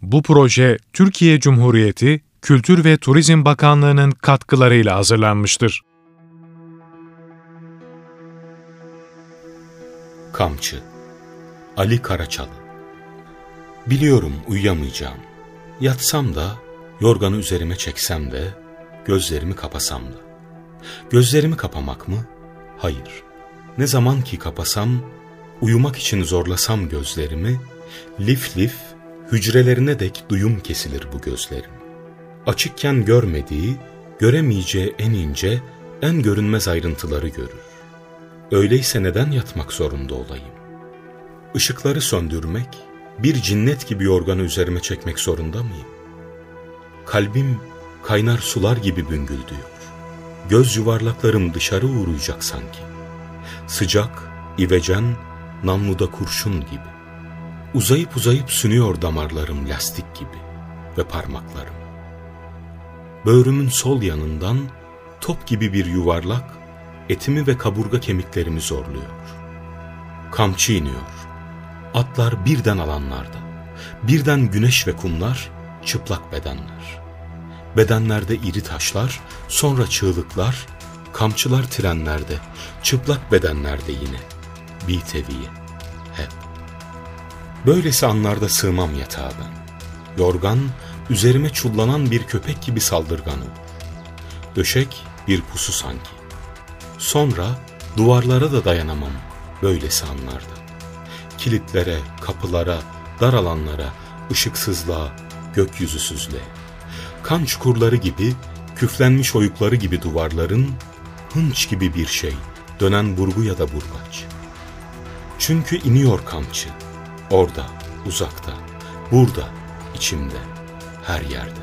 Bu proje, Türkiye Cumhuriyeti Kültür ve Turizm Bakanlığı'nın katkılarıyla hazırlanmıştır. Kamçı Ali Karaçalı. Biliyorum uyuyamayacağım. Yatsam da, yorganı üzerime çeksem de, gözlerimi kapasam da. Gözlerimi kapamak mı? Hayır. Ne zaman ki kapasam, uyumak için zorlasam gözlerimi, lif lif, hücrelerine dek duyum kesilir bu gözlerim. Açıkken görmediği, göremeyeceği en ince, en görünmez ayrıntıları görür. Öyleyse neden yatmak zorunda olayım? Işıkları söndürmek, bir cinnet gibi yorganı üzerime çekmek zorunda mıyım? Kalbim kaynar sular gibi büngüldüyor. Göz yuvarlaklarım dışarı uğrayacak sanki. Sıcak, ivecen, namluda kurşun gibi. Uzayıp uzayıp sünüyor damarlarım lastik gibi ve parmaklarım. Böğrümün sol yanından top gibi bir yuvarlak, etimi ve kaburga kemiklerimi zorluyor. Kamçı iniyor. Atlar birden alanlarda. Birden güneş ve kumlar, çıplak bedenler. Bedenlerde iri taşlar, sonra çığlıklar, kamçılar trenlerde, çıplak bedenlerde yine. Biteviye, hep. Böylesi anlarda sığmam yatağa ben. Yorgan, üzerime çullanan bir köpek gibi saldırgan olur. Döşek bir pusu sanki. Sonra duvarlara da dayanamam böylesi anlarda. Kilitlere, kapılara, dar alanlara, ışıksızlığa, gökyüzüsüzlüğe. Kan çukurları gibi, küflenmiş oyukları gibi duvarların, hınç gibi bir şey, dönen burgu ya da burgaç. Çünkü iniyor kamçı, orada, uzakta, burada, içimde, her yerde.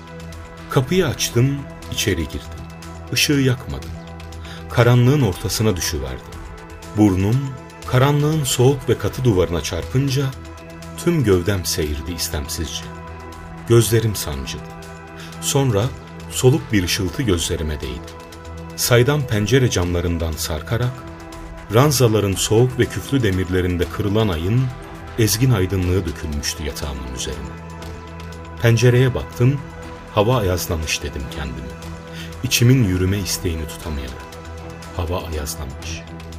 Kapıyı açtım, içeri girdim. Işığı yakmadım. Karanlığın ortasına düşüverdim. Burnum, karanlığın soğuk ve katı duvarına çarpınca, tüm gövdem seyirdi istemsizce. Gözlerim sancıdı. Sonra soluk bir ışıltı gözlerime değdi. Saydam pencere camlarından sarkarak, ranzaların soğuk ve küflü demirlerinde kırılan ayın ezgin aydınlığı dökülmüştü yatağımın üzerine. Pencereye baktım, hava ayazlamış dedim kendime. İçimin yürüme isteğini tutamayarak. Hava ayazlamış.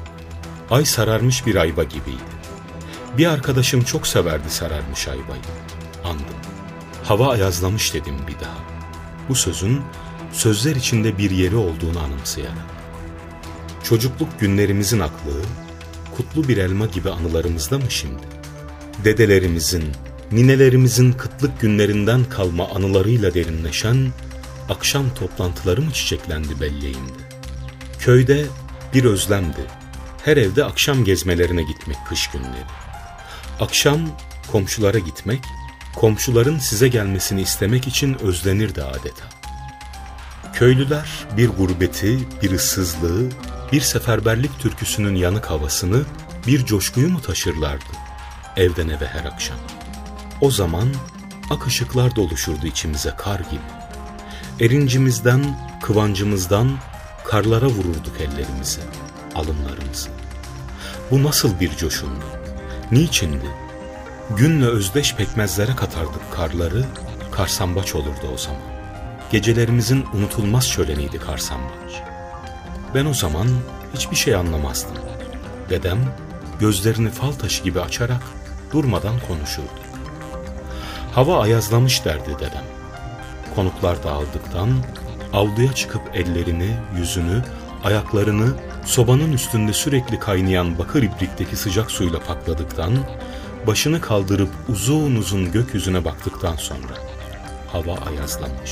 Ay sararmış bir ayva gibiydi. Bir arkadaşım çok severdi sararmış ayvayı. Andım. Hava ayazlamış dedim bir daha. Bu sözün sözler içinde bir yeri olduğunu anımsayarak. Çocukluk günlerimizin aklığı, kutlu bir elma gibi anılarımızda mı şimdi? Dedelerimizin, ninelerimizin kıtlık günlerinden kalma anılarıyla derinleşen akşam toplantıları mı çiçeklendi belleğimde? Köyde bir özlemdi. Her evde akşam gezmelerine gitmek kış günleri. Akşam komşulara gitmek, komşuların size gelmesini istemek için özlenirdi adeta. Köylüler bir gurbeti, bir ıssızlığı, bir seferberlik türküsünün yanık havasını, bir coşkuyu mu taşırlardı evden eve her akşam? O zaman ak ışıklar doluşurdu içimize kar gibi. Erincimizden, kıvancımızdan karlara vururduk ellerimizi, alınlarımızı. Bu nasıl bir coşundu? Niçindi? Günle özdeş pekmezlere katardık karları, karsambaç olurdu o zaman. Gecelerimizin unutulmaz şöleniydi karsambaç. Ben o zaman hiçbir şey anlamazdım. Dedem gözlerini fal taşı gibi açarak durmadan konuşurdu. Hava ayazlamış derdi dedem. Konuklar dağıldıktan, avluya çıkıp ellerini, yüzünü, ayaklarını sobanın üstünde sürekli kaynayan bakır ibrikteki sıcak suyla pakladıktan, başını kaldırıp uzun uzun gökyüzüne baktıktan sonra hava ayazlamış.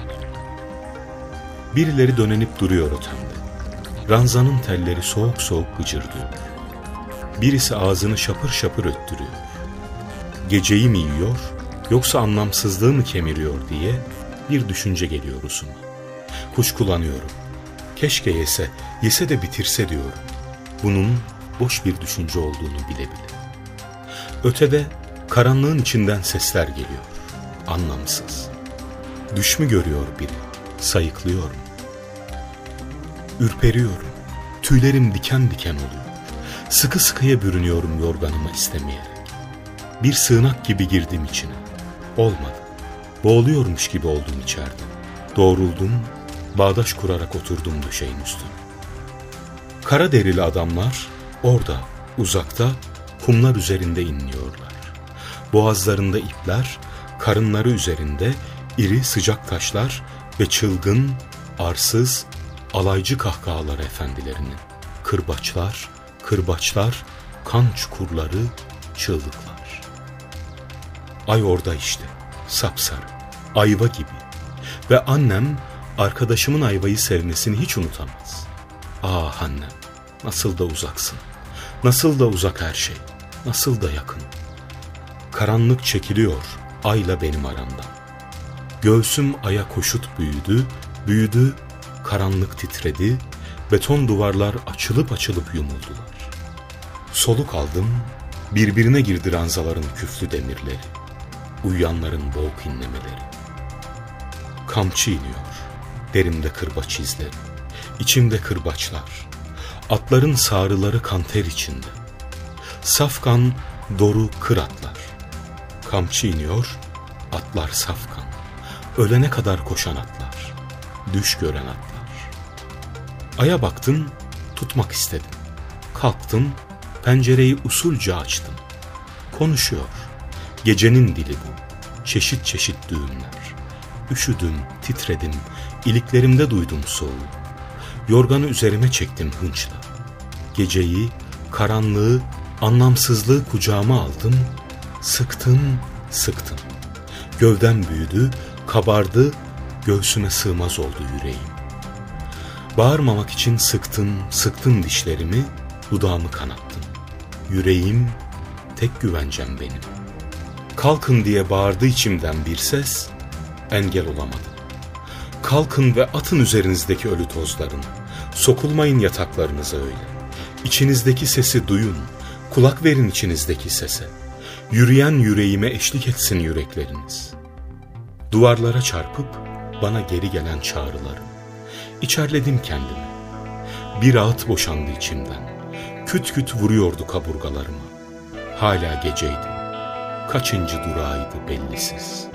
Birileri dönenip duruyor ötemde. Ranzanın telleri soğuk soğuk gıcırdıyor. Birisi ağzını şapır şapır öttürüyor. Geceyi mi yiyor, yoksa anlamsızlığı mı kemiriyor diye bir düşünce geliyor usuma. Kuşkulanıyorum. Keşke yese de bitirse diyorum. Bunun boş bir düşünce olduğunu bile bile. Ötede karanlığın içinden sesler geliyor. Anlamsız. Düş mü görüyor biri? Sayıklıyorum. Ürperiyorum. Tüylerim diken diken oluyor. Sıkı sıkıya bürünüyorum yorganıma istemeyerek. Bir sığınak gibi girdim içine. Olmadı. Boğuluyormuş gibi oldum içeride. Doğruldum, bağdaş kurarak oturdum döşeğin üstüne. Kara derili adamlar orada, uzakta, kumlar üzerinde inliyorlar. Boğazlarında ipler, karınları üzerinde iri sıcak taşlar ve çılgın, arsız, alaycı kahkahalar efendilerinin. Kırbaçlar, kırbaçlar, kan çukurları, çığlıklar. Ay orada işte, sapsarı, ayva gibi. Ve annem arkadaşımın ayvayı sevmesini hiç unutamaz. Ah annem, nasıl da uzaksın, nasıl da uzak her şey, nasıl da yakın. Karanlık çekiliyor ayla benim aramdan. Göğsüm aya koşut büyüdü, büyüdü, karanlık titredi, beton duvarlar açılıp açılıp yumuldular. Soluk aldım, birbirine girdi ranzaların küflü demirleri, uyuyanların boğuk inlemeleri. Kamçı iniyor, derimde kırbaç izleri, içimde kırbaçlar, atların sağrıları kanter içinde. Safkan, doru kır atlar. Kamçı iniyor, atlar safkan, ölene kadar koşan atlar, düş gören atlar. Aya baktım, tutmak istedim. Kalktım, pencereyi usulca açtım. Konuşuyor, gecenin dili bu, çeşit çeşit düğümler. Üşüdüm, titredim, iliklerimde duydum soğuğu. Yorganı üzerime çektim hınçla. Geceyi, karanlığı, anlamsızlığı kucağıma aldım, sıktım, sıktım. Gövdem büyüdü, kabardı, göğsüme sığmaz oldu yüreğim. Bağırmamak için sıktım, sıktım dişlerimi, dudağımı kanattım. Yüreğim, tek güvencem benim. Kalkın diye bağırdı içimden bir ses, engel olamadım. Kalkın ve atın üzerinizdeki ölü tozlarını, sokulmayın yataklarınıza öyle. İçinizdeki sesi duyun, kulak verin içinizdeki sese. Yürüyen yüreğime eşlik etsin yürekleriniz. Duvarlara çarpıp bana geri gelen çağrılarım. İçerledim kendimi. Bir ağıt boşandı içimden. Küt küt vuruyordu kaburgalarıma. Hala geceydi. Kaçıncı durağıydı bellisiz.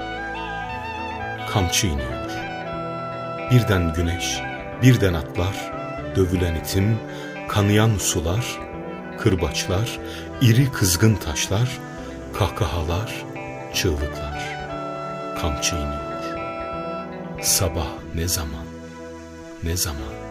Kamçı iniyor. Birden güneş, birden atlar, dövülen itim, kanayan sular, kırbaçlar, iri kızgın taşlar, kahkahalar, çığlıklar. Kamçı iniyor. Sabah ne zaman, ne zaman?